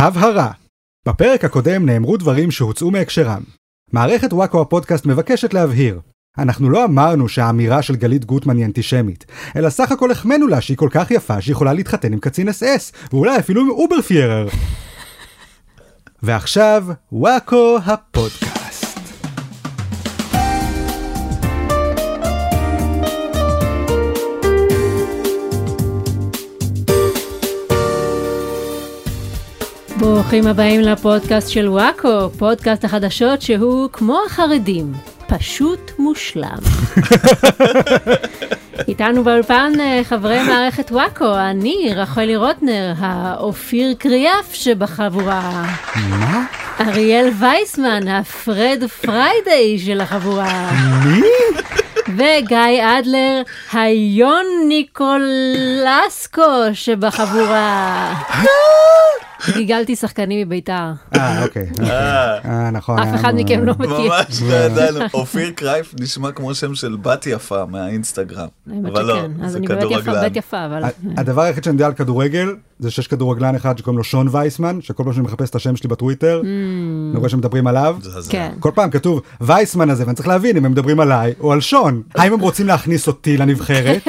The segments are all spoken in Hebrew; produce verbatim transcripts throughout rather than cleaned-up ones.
הבהרה. בפרק הקודם נאמרו דברים שהוצאו מהקשרם. מערכת וואקו הפודקאסט מבקשת להבהיר. אנחנו לא אמרנו שהאמירה של גלית גוטמן היא אנטישמית, אלא סך הכל החמנו לה שהיא כל כך יפה שיכולה להתחתן עם קצין אס אס, ואולי אפילו עם אוברפיירר. ועכשיו, וואקו הפודקאסט. ברוכים הבאים לפודקאסט של וואקו, פודקאסט החדשות שהוא כמו החרדים, פשוט מושלם. איתנו באולפן חברי מערכת וואקו, אני רחלי רוטנר, האופיר קריאף שבחבורה. מה? אריאל וייסמן, הפרד פריידי של החבורה. מי? וגיא אדלר, היון ניקולסקו שבחבורה. גיגלתי שחקנים מביתר. אה, אוקיי. אה, נכון. אף אחד מכם לא מכיר. ממש לא ידענו. אופיר קרייף נשמע כמו שם של בת יפה מהאינסטגרם. אבל לא, זה כדורגלן. בת יפה, אבל... הדבר היחיד שאני יודע על כדורגל, זה שיש כדורגלן אחד שקוראים לו שון וייסמן, שכל פעם שאני מחפש את השם שלי בטוויטר, אני רואה שמדברים עליו. כל פעם כתוב וייסמן הזה, ואני צריך להבין אם הם מדברים עליי או על שון. האם הם רוצים להכניס אותי לנבחרת?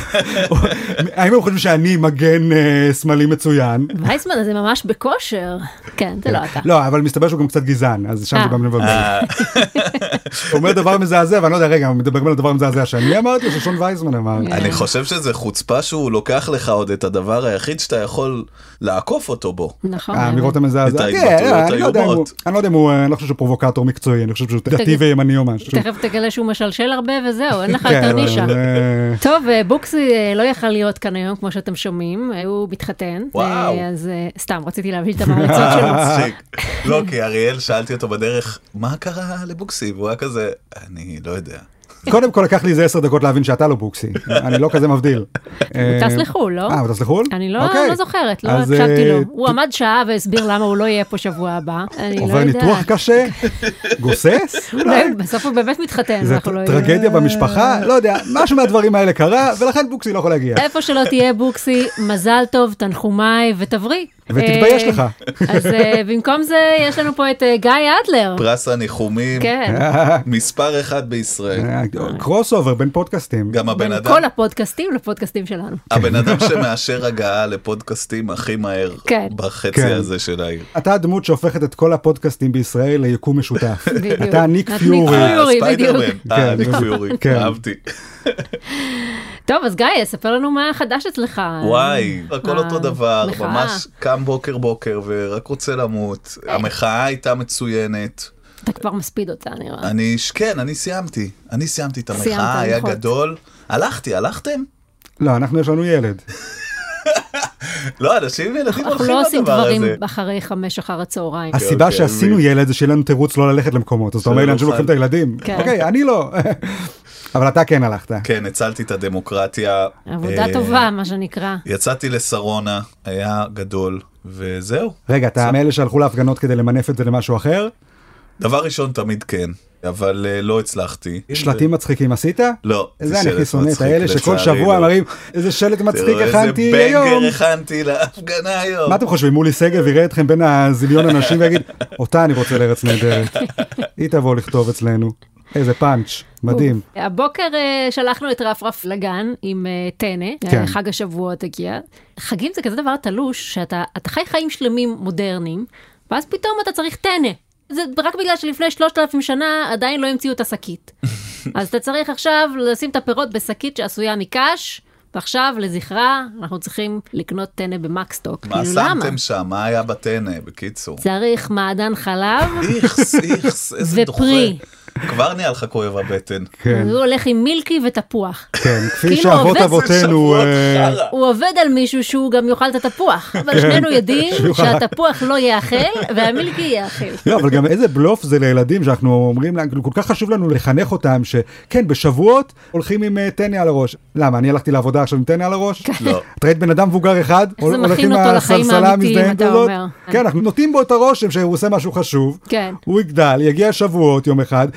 האם הם חושבים שאני מגן שמאלי מצוין? וייסמן הזה ממש בכושר. כן, זה לא אתה. לא, אבל מסתבר שהוא גם קצת גזען, אז שם זה גם מבלבל. הוא אומר דבר מזעזע, ואני לא יודע, רגע, מדברים על הדבר מזעזע שאני אמרתי, או ששון וייסמן אמר. אני חושב שזה חוצפה שהוא לוקח לך עוד את הדבר היחיד שאתה יכול לעקוף אותו בו. נכון. האמירות המזעזע. את ההתבטאויות האיומות. אני לא יודע אם הוא, אני לא חושב שהוא פרובוקטור מקצועי, אני חושב שהוא דתי וימני או משהו. תכף תגלה שהוא משלשל הרבה וזהו, אין לך יותר נישה. טוב, בוקסי לא יכל להיות כאן היום, כמו שאתם שומעים, הוא מתחתן. וואו. אז סתם, רציתי להביא את המעריצות שלו. לא, כי אריאל שאלתי אותו בדרך, מה קרה לבוקסי? והוא היה כזה, אני לא יודע. קודם כל לקח לי איזה עשר דקות להבין שאתה לא בוקסי, אני לא כזה מבדיל. הוא טס לחול, לא? אה, הוא טס לחול? אני לא זוכרת, לא הקשבתי לו. הוא עמד שעה והסביר למה הוא לא יהיה פה שבוע הבא. עובר ניתוח קשה? גוסס? בסוף הוא באמת מתחתן. זה טרגדיה במשפחה? לא יודע, משהו מהדברים האלה קרה, ולכן בוקסי לא יכול להגיע. איפה שלא תהיה בוקסי, מזל טוב, תנחומי ותבריא. ותתבייש לך. אז במקום זה יש לנו פה את גיא אדלר. פרס הניחומים, מספר אחד בישראל. קרוס אובר בין פודקאסטים. גם הבן בין אדם. כל הפודקאסטים לפודקאסטים שלנו. הבן אדם שמאשר הגעה לפודקאסטים הכי מהר בחצי הזה של העיר. אתה הדמות שהופכת את כל הפודקאסטים בישראל ליקום משותף. בדיוק. אתה ניק פיורי. ספיידרמן. אה, ניק פיורי. אהבתי. טוב, אז גיא, ספר לנו מה חדש אצלך. וואי, הכל אותו דבר, ממש קם בוקר בוקר ורק רוצה למות. המחאה הייתה מצוינת. אתה כבר מספיד אותה, נראה. אני, כן, אני סיימתי. אני סיימתי את המחאה, היה גדול. הלכתי, הלכתם? לא, אנחנו יש לנו ילד. לא, אנשים ילדים הולכים לדבר הזה. אנחנו לא עושים דברים אחרי חמש אחר הצהריים. הסיבה שעשינו ילד זה שיהיה לנו תירוץ לא ללכת למקומות. אז אתה אומר לי, אנשים לוקחים את הילדים. אוקיי, אני לא. אבל אתה כן הלכת. כן, הצלתי את הדמוקרטיה. עבודה טובה, מה שנקרא. יצאתי לסרונה, היה גדול, וזהו. רגע, אתה מאלה שהלכו להפגנות כדי למנף את זה למשהו אחר? דבר ראשון תמיד כן, אבל לא הצלחתי. שלטים מצחיקים עשית? לא. זה אני חיסונית, האלה שכל שבוע מראים, איזה שלט מצחיק הכנתי היום. איזה בנגר הכנתי להפגנה היום. מה אתם חושבים? מולי סגב יראה אתכם בין הזיליון אנשים ויגיד, אותה אני רוצה לארץ נהדרת. היא תבוא לכתוב אצלנו. איזה פאנץ', מדהים. הבוקר שלחנו את רפרף לגן עם טנא, חג השבועות הגיע. חגים זה כזה דבר תלוש, שאתה חי חיים שלמים מודרניים, ואז פתאום אתה צריך טנא. זה רק בגלל שלפני שלושת אלפים שנה עדיין לא המציאו את השקית. אז אתה צריך עכשיו לשים את הפירות בשקית שעשויה מקש, ועכשיו לזכרה אנחנו צריכים לקנות טנא במקסטוק. מה שמתם שם? מה היה בטנא? בקיצור. צריך מעדן חלב. איכס, איכס, איזה דוחה. ופרי. כבר נהיה לך כואב הבטן. הוא הולך עם מילקי ותפוח. כן, כפי שאבות אבותינו... הוא עובד על מישהו שהוא גם יאכל את התפוח, אבל שנינו יודעים שהתפוח לא יאכל והמילקי יאכל. לא, אבל גם איזה בלוף זה לילדים שאנחנו אומרים להם, כל כך חשוב לנו לחנך אותם שכן, בשבועות הולכים עם טנא על הראש. למה? אני הלכתי לעבודה עכשיו עם טנא על הראש? לא. את ראית בן אדם מבוגר אחד? זה מכין אותו לחיים האמיתיים, אתה אומר. כן, אנחנו נוטים בו את הרושם שהוא עושה משהו חשוב. הוא יגדל, יגיע שבועות יום אחד,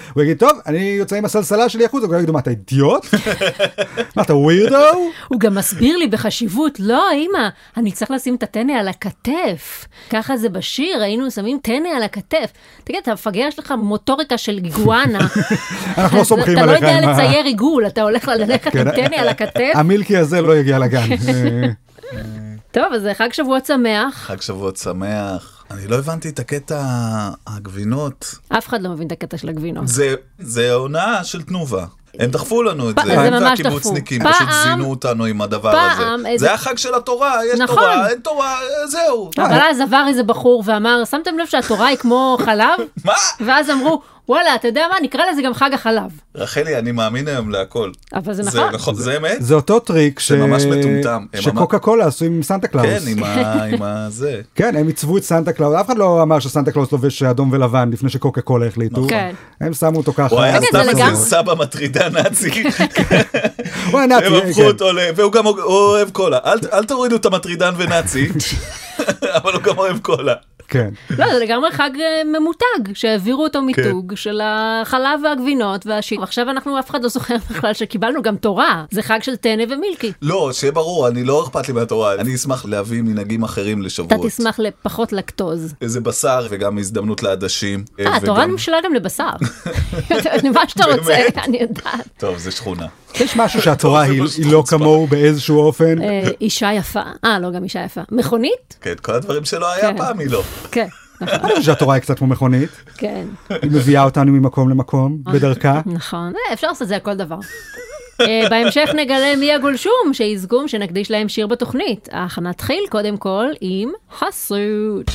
הוא יגיד, טוב, אני יוצא עם הסלסלה שלי החוצה, הוא יגיד, מה, אתה אידיוט? מה, אתה ווירדו? הוא גם מסביר לי בחשיבות, לא, אמא, אני צריך לשים את הטנא על הכתף. ככה זה בשיר, היינו שמים טנא על הכתף. תגיד, אתה מפגר, יש לך מוטוריקה של איגואנה. אנחנו לא סומכים עליך. אתה עליך. לא יודע לצייר עיגול, אתה הולך ללכת עם טנא על הכתף. המילקי הזה לא יגיע לגן. טוב, אז זה חג שבועות שמח. חג שבועות שמח. אני לא הבנתי את הקטע הגבינות. אף אחד לא מבין את הקטע של הגבינות. זה, זה עונה של תנובה. הם דחפו לנו את זה. זה ממש דחפו. והקיבוצניקים פשוט זינו אותנו עם הדבר הזה. זה החג של התורה, יש תורה, אין תורה, זהו. אבל אז עבר איזה בחור ואמר, שמתם לב שהתורה היא כמו חלב? מה? ואז אמרו, וואלה, אתה יודע מה, נקרא לזה גם חג החלב. רחלי, אני מאמין היום להכל. אבל זה נכון. זה אמת? זה אותו טריק שקוקה קולה עשו עם סנטה קלאוס. כן, עם זה. כן, הם עיצבו את סנטה קלאוס. אף אחד לא אמר שסנטה קלאוס לובש אדום ולבן לפני שקוקה קולה החליטו. הם שמו אותו ככה. הוא היה סתם איזה סבא מטרידה נאצי. הוא היה נאצי. הם הפכו אותו, והוא גם אוהב קולה. אל תורידו את המטרידן ונאצי, אבל הוא גם אוהב קולה. כן. לא, זה לגמרי חג ממותג, שהעבירו אותו מיתוג של החלב והגבינות והשיט. ועכשיו אנחנו אף אחד לא זוכר בכלל שקיבלנו גם תורה. זה חג של טנא ומילקי. לא, שיהיה ברור, אני לא אכפת לי מהתורה. אני אשמח להביא מנהגים אחרים לשבועות. אתה תשמח לפחות לקטוז. איזה בשר וגם הזדמנות לעדשים. אה, התורה נמשלה גם לבשר. מה שאתה רוצה, אני יודעת. טוב, זה שכונה. יש משהו שהתורה היא לא כמוהו באיזשהו אופן. אישה יפה. אה, לא, גם אישה יפה. מכונית? כן, כל הדברים שלא היה פעם היא לא. כן. אני חושב שהתורה היא קצת כמו מכונית. כן. היא מביאה אותנו ממקום למקום, בדרכה. נכון, אפשר לעשות זה על כל דבר. בהמשך נגלה מי הגולשום שיזכום שנקדיש להם שיר בתוכנית. אך נתחיל קודם כל עם חסות.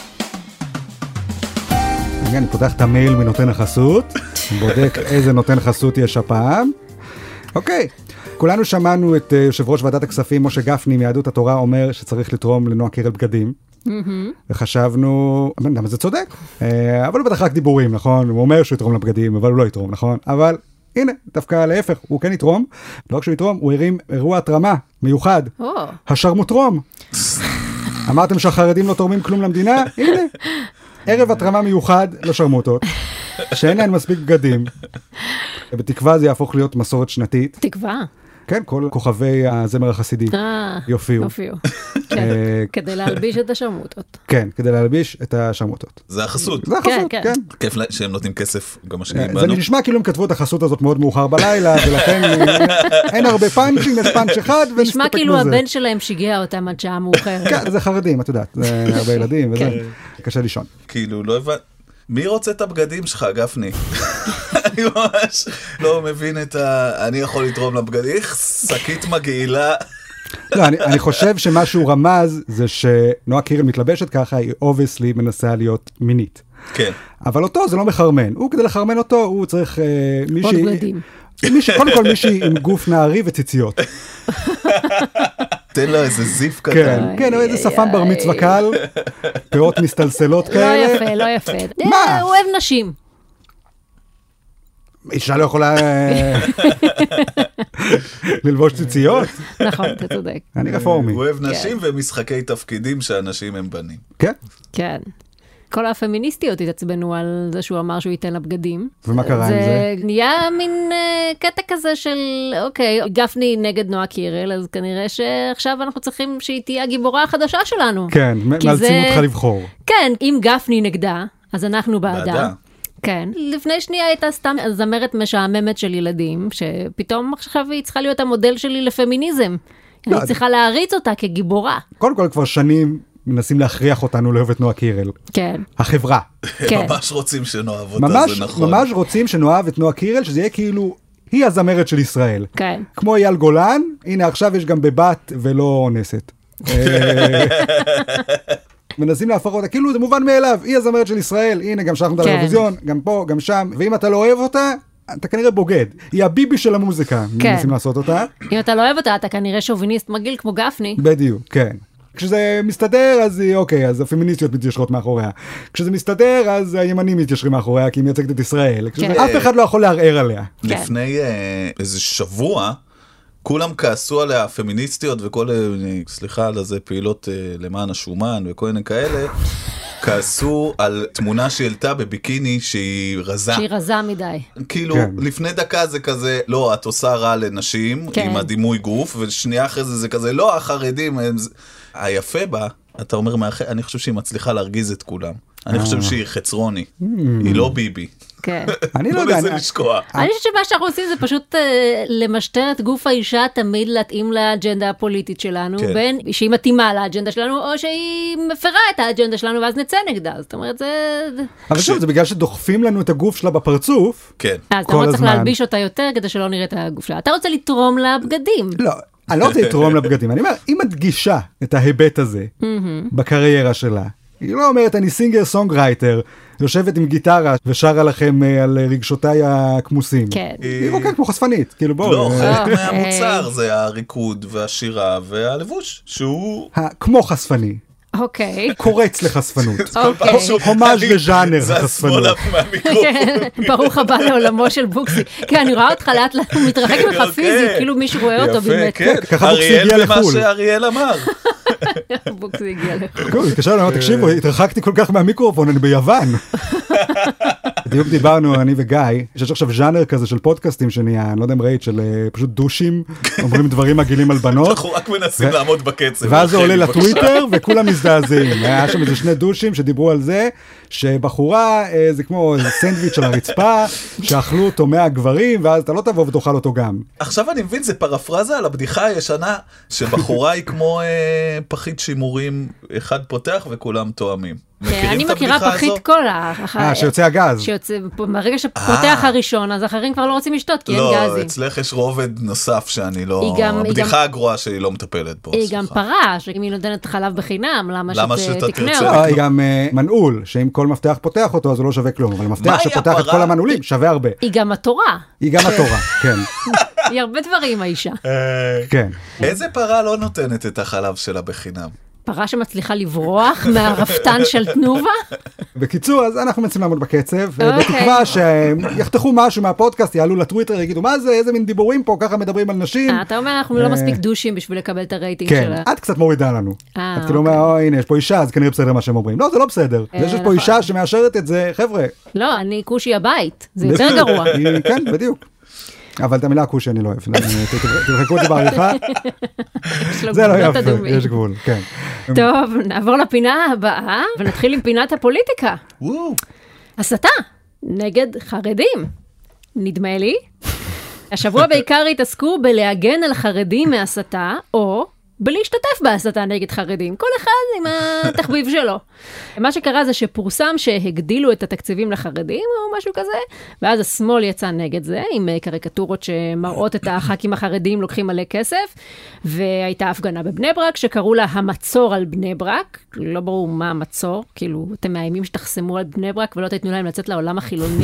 אני פותח את המייל מנותן החסות, בודק איזה נותן חסות יש הפעם. אוקיי, כולנו שמענו את יושב ראש ועדת הכספים משה גפני מיהדות התורה אומר שצריך לתרום לנועה קירל בגדים. וחשבנו, למה זה צודק? אבל הוא בטח רק דיבורים, נכון? הוא אומר שהוא יתרום לבגדים, אבל הוא לא יתרום, נכון? אבל הנה, דווקא להפך, הוא כן יתרום. לא רק שהוא יתרום, הוא הרים אירוע התרמה מיוחד. השרמוטרום. אמרתם שהחרדים לא תורמים כלום למדינה? הנה. ערב התרמה מיוחד לשרמוטות, שאין להן מספיק בגדים, ובתקווה זה יהפוך להיות מסורת שנתית. תקווה. כן, כל כוכבי הזמר החסידי יופיעו. יופיעו, כדי להלביש את השרמוטות. כן, כדי להלביש את השרמוטות. זה החסות. זה החסות, כן. כיף שהם נותנים כסף גם משקיעים בנו. זה נשמע כאילו הם כתבו את החסות הזאת מאוד מאוחר בלילה, ולכן אין הרבה פאנצ'ים, יש פאנץ' אחד, ונסתפק בזה. נשמע כאילו הבן שלהם שיגע אותם עד שעה מאוחרת. כן, זה חרדים, את יודעת, זה הרבה ילדים, וזה קשה לישון. כאילו, לא הבנ... מי רוצה את הבגדים שלך, גפני? אני ממש לא מבין את ה... אני יכול לתרום לבגדים, איך שקית מגעילה. לא, אני, אני חושב שמה שהוא רמז זה שנועה קירל מתלבשת ככה, היא obviously מנסה להיות מינית. כן. אבל אותו זה לא מחרמן. הוא כדי לחרמן אותו, הוא צריך אה, מישהי... עוד בגדים. מישהי, קודם כל מישהי עם גוף נערי וציציות. תן לו איזה זיף קטן. כן, כן, או איזה שפם בר מצווה קל, פאות מסתלסלות כאלה. לא יפה, לא יפה. מה? הוא אוהב נשים. אישה לא יכולה ללבוש ציציות? נכון, אתה צודק. אני רפורמי. הוא אוהב נשים ומשחקי תפקידים שאנשים הם בנים. כן. כן. כל הפמיניסטיות התעצבנו על זה שהוא אמר שהוא ייתן לה בגדים. ומה קרה עם זה? זה נהיה מין uh, קטע כזה של, אוקיי, גפני נגד נועה קירל, אז כנראה שעכשיו אנחנו צריכים שהיא תהיה הגיבורה החדשה שלנו. כן, מאלצים זה... אותך לבחור. כן, אם גפני נגדה, אז אנחנו בעדה. בעדה. כן. לפני שנייה הייתה סתם זמרת משעממת של ילדים, שפתאום עכשיו היא צריכה להיות המודל שלי לפמיניזם. לא, אני צריכה להריץ אותה כגיבורה. קודם כל כבר שנים מנסים להכריח אותנו לאהוב את נועה קירל. כן. החברה. כן. ממש רוצים שנאהב אותה, ממש, זה נכון. ממש רוצים שנאהב את נועה קירל, שזה יהיה כאילו, היא הזמרת של ישראל. כן. כמו אייל גולן, הנה עכשיו יש גם בבת ולא אונסת. מנסים להפוך אותה, כאילו זה מובן מאליו, היא הזמרת של ישראל, הנה גם שלחנו אותה לטלוויזיון, גם פה, גם שם, ואם אתה לא אוהב אותה, אתה כנראה בוגד. היא הביבי של המוזיקה, כן. מנסים לעשות אותה. אם אתה לא אוהב אותה, אתה כנראה שוביניסט מגעיל כמו גפני. בדיוק, כן. כשזה מסתדר, אז היא, אוקיי, אז הפמיניסטיות מתיישרות מאחוריה. כשזה מסתדר, אז הימנים מתיישרים מאחוריה, כי היא מייצגת את ישראל. כשזה, כן. אף אחד לא יכול לערער עליה. לפני אה, איזה שבוע, כולם כעסו עליה, הפמיניסטיות וכל, סליחה על זה, פעילות אה, למען השומן וכל מיני כאלה, כעסו על תמונה שהעלתה בביקיני שהיא רזה. שהיא רזה מדי. כאילו, לפני דקה זה כזה, לא, את עושה רע לנשים עם הדימוי גוף, ושנייה אחרי זה זה כזה, לא, החרדים, היפה בה, אתה אומר, אני חושב שהיא מצליחה להרגיז את כולם. אני חושב שהיא חצרוני, היא לא ביבי. כן. אני לא יודע. לא לשקוע. אני חושבת שמה שאנחנו עושים זה פשוט למשטר את גוף האישה, תמיד להתאים לאג'נדה הפוליטית שלנו, בין שהיא מתאימה לאג'נדה שלנו, או שהיא מפרה את האג'נדה שלנו, ואז נצא נגדה. זאת אומרת, זה... אבל שוב, זה בגלל שדוחפים לנו את הגוף שלה בפרצוף. כן. אז אתה רוצה להלביש אותה יותר, כדי שלא נראה את הגוף שלה. אתה רוצה לתרום לבגדים. לא. אני לא רוצה לתרום לבגדים. אני אומר, אם מדגישה את ההיבט הזה בקריירה שלה, היא לא אומרת, אני סינגר סונגרייטר, יושבת עם גיטרה ושרה לכם על רגשותיי הכמוסים. כן. היא רוקדת כמו חשפנית, כאילו בואו. לא, חלק מהמוצר זה הריקוד והשירה והלבוש, שהוא... כמו חשפני. אוקיי. קורץ לחשפנות. אוקיי. הומאז' לז'אנר החשפנות. זה השמאלה מהמיקרופון. ברוך הבא לעולמו של בוקסי. כן, אני רואה אותך לאט לאט מתרחק ממך פיזית, כאילו מישהו רואה אותו באמת. כן, ככה בוקסי הגיע לחול. אריאל במה שאריאל אמר. בוקסי הגיע לחול. התקשר לנו, תקשיבו, התרחקתי כל כך מהמיקרופון, אני ביוון. בדיוק דיברנו, אני וגיא, יש עכשיו ז'אנר כזה של פודקאסטים שנהיה, אני לא יודע אם ראית, של פשוט דושים, אומרים דברים מגעילים על בנות. אנחנו רק מנסים לעמוד בקצב. ואז זה עולה לטוויטר, וכולם מזדעזעים. היה שם איזה שני דושים שדיברו על זה, שבחורה זה כמו סנדוויץ' על הרצפה, שאכלו אותו מאה גברים, ואז אתה לא תבוא ותאכל אותו גם. עכשיו אני מבין, זה פרפרזה על הבדיחה הישנה, שבחורה היא כמו פחית שימורים, אחד פותח וכולם תואמים. אני מכירה פחית קולה. אה, שיוצא הגז. ברגע שפותח הראשון, אז אחרים כבר לא רוצים לשתות, כי אין גזים. לא, אצלך יש רובד נוסף שאני לא... הבדיחה הגרועה שהיא לא מטפלת בו. היא גם פרה, שאם היא נותנת חלב בחינם, למה שתקנה אותה? אותה? היא גם מנעול, שאם כל מפתח פותח אותו, אז הוא לא שווה כלום. אבל מפתח שפותח את כל המנעולים, שווה הרבה. היא גם התורה. היא גם התורה, כן. היא הרבה דברים, האישה. כן. איזה פרה לא נותנת את החלב שלה בחינם? פרה שמצליחה לברוח מהרפתן של תנובה? בקיצור, אז אנחנו מנסים לעמוד בקצב, בתקווה שיחתכו משהו מהפודקאסט, יעלו לטוויטר, יגידו, מה זה, איזה מין דיבורים פה, ככה מדברים על נשים. אתה אומר, אנחנו לא מספיק דושים בשביל לקבל את הרייטינג שלה. כן, את קצת מורידה לנו. את כאילו אומר, או, הנה, יש פה אישה, אז כנראה בסדר מה שהם אומרים. לא, זה לא בסדר. יש פה אישה שמאשרת את זה, חבר'ה. לא, אני כושי הבית, זה יותר גרוע. כן, בדיוק. אבל את המילה כושי אני לא אוהב, תרחקו את זה בעריכה, זה לא יפה, יש גבול, כן. טוב, נעבור לפינה הבאה, ונתחיל עם פינת הפוליטיקה. הסתה, נגד חרדים, נדמה לי. השבוע בעיקר התעסקו בלהגן על חרדים מהסתה, או בלהשתתף בהסתה נגד חרדים, כל אחד עם התחביב שלו. מה שקרה זה שפורסם שהגדילו את התקציבים לחרדים או משהו כזה, ואז השמאל יצא נגד זה, עם קריקטורות שמראות את הח"כים החרדים לוקחים מלא כסף, והייתה הפגנה בבני ברק שקראו לה המצור על בני ברק, לא ברור מה המצור, כאילו אתם מאיימים שתחסמו על בני ברק ולא תתנו להם לצאת לעולם החילוני,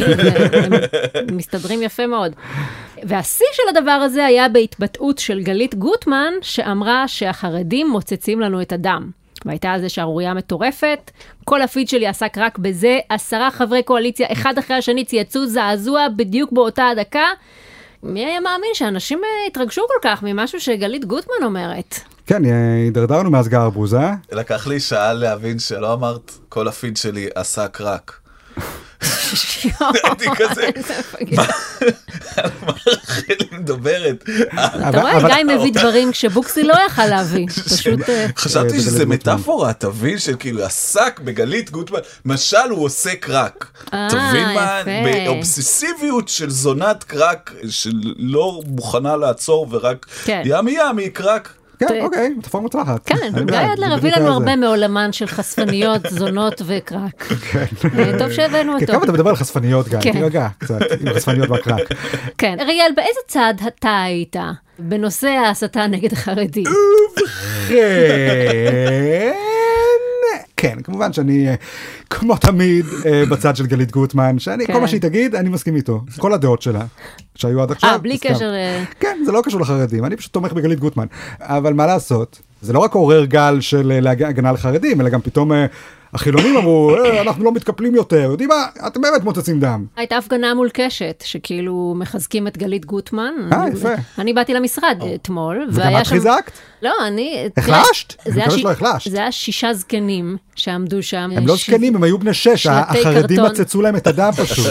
הם מסתדרים יפה מאוד. והשיא של הדבר הזה היה בהתבטאות של גלית גוטמן, שאמרה שהחרדים מוצצים לנו את הדם. והייתה על זה שערוריה מטורפת, כל הפיד שלי עסק רק בזה, עשרה חברי קואליציה, אחד אחרי השני צייצו זעזוע בדיוק באותה הדקה. מי היה מאמין שאנשים התרגשו כל כך ממשהו שגלית גוטמן אומרת? כן, הידרדרנו מאז גרבוז, אה? לקח לי שעה להבין שלא אמרת, כל הפיד שלי עסק רק. הייתי כזה, על מה רחלי מדברת? אתה רואה, גיא מביא דברים שבוקסי לא יכל להביא. חשבתי שזה מטאפורה, תבין שכאילו עסק בגלית גוטמן, משל הוא עושה קרק. תבין מה, באובססיביות של זונת קרק, שלא מוכנה לעצור ורק ימי ימי קרק. כן, אוקיי, תפור מוצלחת. כן, גיא אדלר הביא לנו הרבה מעולמן של חשפניות, זונות וקרק. טוב שהבאנו אותו. כמה אתה מדבר על חשפניות, גיא? תירגע קצת, עם חשפניות והקרק. כן, אריאל, באיזה צד אתה היית בנושא ההסתה נגד החרדים? ובכן... כן, כמובן שאני, כמו תמיד, בצד של גלית גוטמן, שאני, כל מה שהיא תגיד, אני מסכים איתו. כל הדעות שלה, שהיו עד עכשיו. אה, בלי קשר... כן, זה לא קשור לחרדים, אני פשוט תומך בגלית גוטמן. אבל מה לעשות? זה לא רק עורר גל של הגנה על חרדים, אלא גם פתאום החילונים אמרו, אנחנו לא מתקפלים יותר, יודעים מה, אתם באמת מוצצים דם. הייתה הפגנה מול קשת, שכאילו מחזקים את גלית גוטמן. אה, יפה. אני באתי למשרד אתמול. וגם את חיזקת? לא, אני... החלשת? אני מקווה שלא החלשת. זה היה שישה זקנים שעמדו שם. הם לא זקנים, הם היו בני שש, החרדים מצצו להם את הדם פשוט.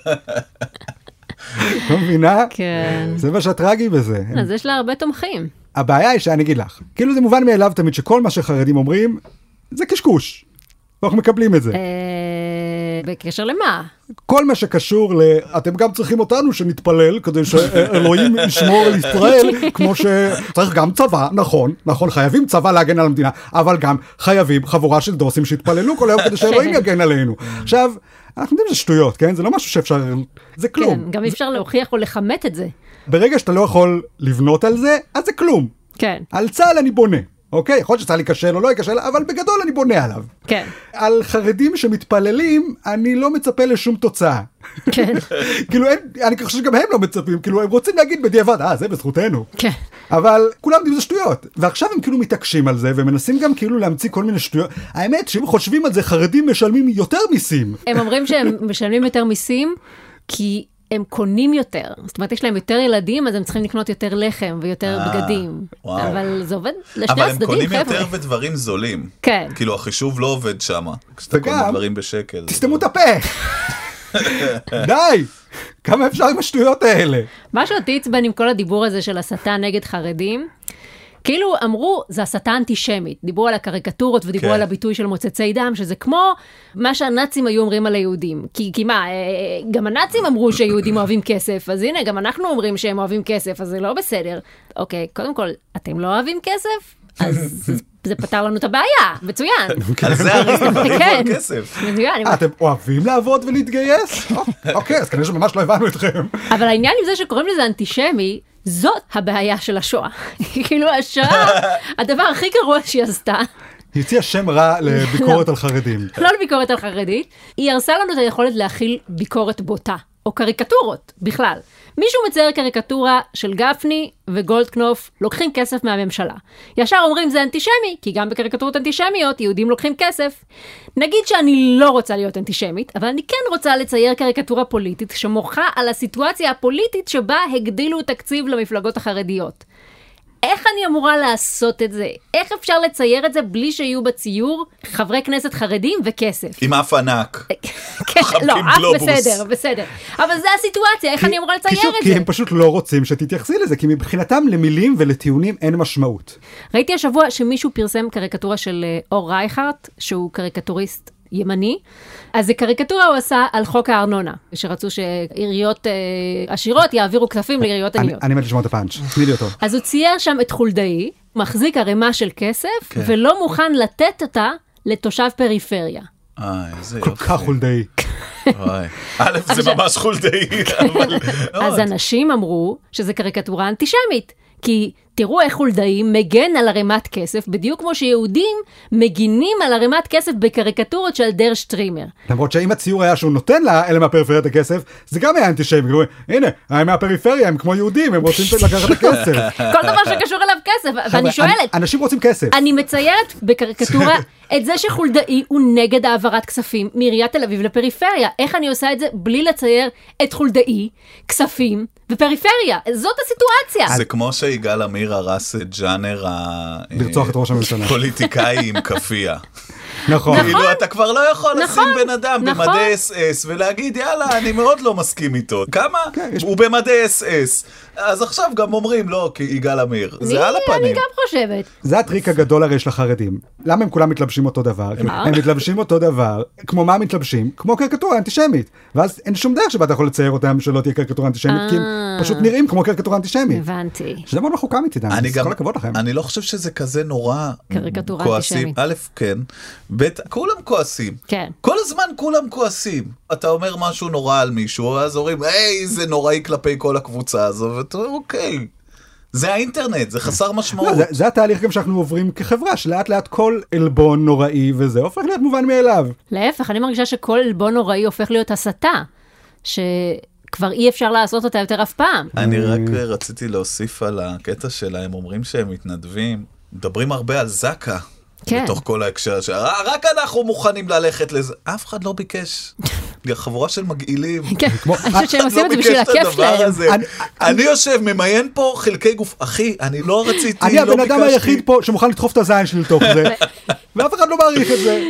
לא מבינה? כן. זה מה שהטרגי בזה. אז יש לה הרבה תומכים. הבעיה היא שאני אגיד לך, כאילו זה מובן מאליו תמיד שכל מה שחרדים אומרים, זה קשקוש. ואנחנו מקבלים את זה. בקשר למה? כל מה שקשור ל... אתם גם צריכים אותנו שנתפלל, כדי שאלוהים ישמור על ישראל, כמו שצריך גם צבא, נכון, נכון, חייבים צבא להגן על המדינה, אבל גם חייבים חבורה של דוסים שהתפללו כל היום כדי שאלוהים יגן עלינו. עכשיו, אנחנו יודעים שזה שטויות, כן? זה לא משהו שאפשר... זה כלום. כן, גם אפשר להוכיח או לחמת את זה. ברגע שאתה לא יכול לבנות על זה, אז זה כלום. כן. על צה"ל אני בונה. אוקיי, יכול להיות שצה"ל יקשל או לא יקשל, אבל בגדול אני בונה עליו. כן. על חרדים שמתפללים, אני לא מצפה לשום תוצאה. כן. כאילו, אני חושב שגם הם לא מצפים, כאילו, הם רוצים להגיד בדיעבד, אה, זה בזכותנו. כן. אבל כולם יודעים זה שטויות. ועכשיו הם כאילו מתעקשים על זה, ומנסים גם כאילו להמציא כל מיני שטויות. האמת, שאם חושבים על זה, חרדים משלמים יותר מיסים. הם אומרים שהם משלמים יותר מיסים, כי... הם קונים יותר, זאת אומרת, יש להם יותר ילדים, אז הם צריכים לקנות יותר לחם ויותר בגדים. אבל זה עובד לשני הצדדים, חבר'ה. אבל הם קונים יותר ודברים זולים. כן. כאילו, החישוב לא עובד שם. כשאתה קונה דברים בשקל. תסתמו את הפה! די! כמה אפשר עם השטויות האלה? מה שאותי עצבן עם כל הדיבור הזה של הסתה נגד חרדים, כאילו אמרו, זה הסתה אנטישמית. דיברו על הקריקטורות ודיברו על הביטוי של מוצצי דם, שזה כמו מה שהנאצים היו אומרים על היהודים. כי, כי מה, גם הנאצים אמרו שיהודים אוהבים כסף, אז הנה, גם אנחנו אומרים שהם אוהבים כסף, אז זה לא בסדר. אוקיי, קודם כל, אתם לא אוהבים כסף? אז זה פתר לנו את הבעיה, מצוין. על זה הריבו כסף. אתם אוהבים לעבוד ולהתגייס? אוקיי, אז כנראה שממש לא הבנו אתכם. אבל העניין עם זה שקוראים לזה אנטישמי, זאת הבעיה של השואה. כאילו השואה, הדבר הכי גרוע שהיא עשתה. היא הציעה שם רע לביקורת על חרדים. לא לביקורת על חרדית, היא הרסה לנו את היכולת להכיל ביקורת בוטה, או קריקטורות בכלל. מישהו מצייר קריקטורה של גפני וגולדקנופ לוקחים כסף מהממשלה. ישר אומרים זה אנטישמי, כי גם בקריקטורות אנטישמיות יהודים לוקחים כסף. נגיד שאני לא רוצה להיות אנטישמית, אבל אני כן רוצה לצייר קריקטורה פוליטית שמוחה על הסיטואציה הפוליטית שבה הגדילו תקציב למפלגות החרדיות. איך אני אמורה לעשות את זה? איך אפשר לצייר את זה בלי שיהיו בציור חברי כנסת חרדים וכסף? עם אף ענק. לא, אף בסדר, בסדר. אבל זה הסיטואציה, איך אני אמורה לצייר את זה? כי הם פשוט לא רוצים שתתייחסי לזה, כי מבחינתם למילים ולטיעונים אין משמעות. ראיתי השבוע שמישהו פרסם קריקטורה של אור רייכרט, שהוא קריקטוריסט ימני, אז זה קריקטורה הוא עשה על חוק הארנונה, שרצו שעיריות אה, עשירות יעבירו כספים לעיריות עניות. אני מת לשמוע את הפאנץ', תני לי אותו. אז הוא צייר שם את חולדאי, מחזיק ערימה של כסף, כן. ולא מוכן לתת אותה לתושב פריפריה. אה, איזה יופי. כל כך חולדאי. א', זה ממש חולדאי. אז אנשים אמרו שזה קריקטורה אנטישמית, כי תראו איך חולדאי מגן על ערימת כסף, בדיוק כמו שיהודים מגינים על ערימת כסף בקריקטורות של דר שטרימר. למרות שאם הציור היה שהוא נותן לה, אלה מהפריפריה את הכסף, זה גם היה אנטישמי. הנה, הם מהפריפריה, הם כמו יהודים, הם רוצים לקחת את הכסף. כל דבר שקשור אליו כסף, ואני שואלת. אנשים רוצים כסף. אני מציירת בקריקטורה את זה שחולדאי הוא נגד העברת כספים מעיריית תל אביב לפריפריה. איך אני עושה את זה בלי לצייר את חולדאי, כספים ופריפריה? זאת הסיטואציה. זה כמו שיגאל עמיר הרס את ג'אנר לרצוח את ראש הממשלה. הפוליטיקאי עם כפייה. נכון. כאילו אתה כבר לא יכול לשים בן אדם במדי אס אס ולהגיד יאללה אני מאוד לא מסכים איתו. כמה? הוא במדי אס אס. אז עכשיו גם אומרים לא כי יגאל עמיר. זה על הפנים. אני גם חושבת. זה הטריק הגדול הרי של החרדים. למה הם כולם מתלבשים אותו דבר? הם מתלבשים אותו דבר. כמו מה מתלבשים? כמו קריקטורה אנטישמית. ואז אין שום דרך שבה אתה יכול לצייר אותם שלא תהיה קריקטורה אנטישמית כי הם פשוט נראים כמו קריקטורה אנטישמית. הבנתי. שזה מאוד מחוקה מצידם. כל הכבוד לכם. אני לא חושב שזה כזה נורא קריקטורה כועסים. א', כן. ב', כולם כועסים. כן. כל הזמן כולם כועסים. אתה אומר משהו נורא על מישהו, אז אומרים, היי, זה נוראי כלפי כל הקבוצה הזו, ואתה אומר, אוקיי. זה האינטרנט, זה חסר משמעות. לא, זה, זה התהליך גם שאנחנו עוברים כחברה, שלאט לאט כל אלבון נוראי וזה הופך להיות מובן מאליו. להפך, אני מרגישה שכל אלבון נוראי הופך להיות הסתה, שכבר אי אפשר לעשות אותה יותר אף פעם. אני רק רציתי להוסיף על הקטע שלה, הם אומרים שהם מתנדבים, מדברים הרבה על זקה. בתוך כל ההקשר, רק אנחנו מוכנים ללכת לזה, אף אחד לא ביקש. חבורה של מגעילים. אני חושבת שהם עושים את זה בשביל הכיף שלהם. אני יושב, ממיין פה חלקי גוף, אחי, אני לא רציתי, אני הבן אדם היחיד פה שמוכן לדחוף את הזין שלי לתוך זה, ואף אחד לא מעריך את זה.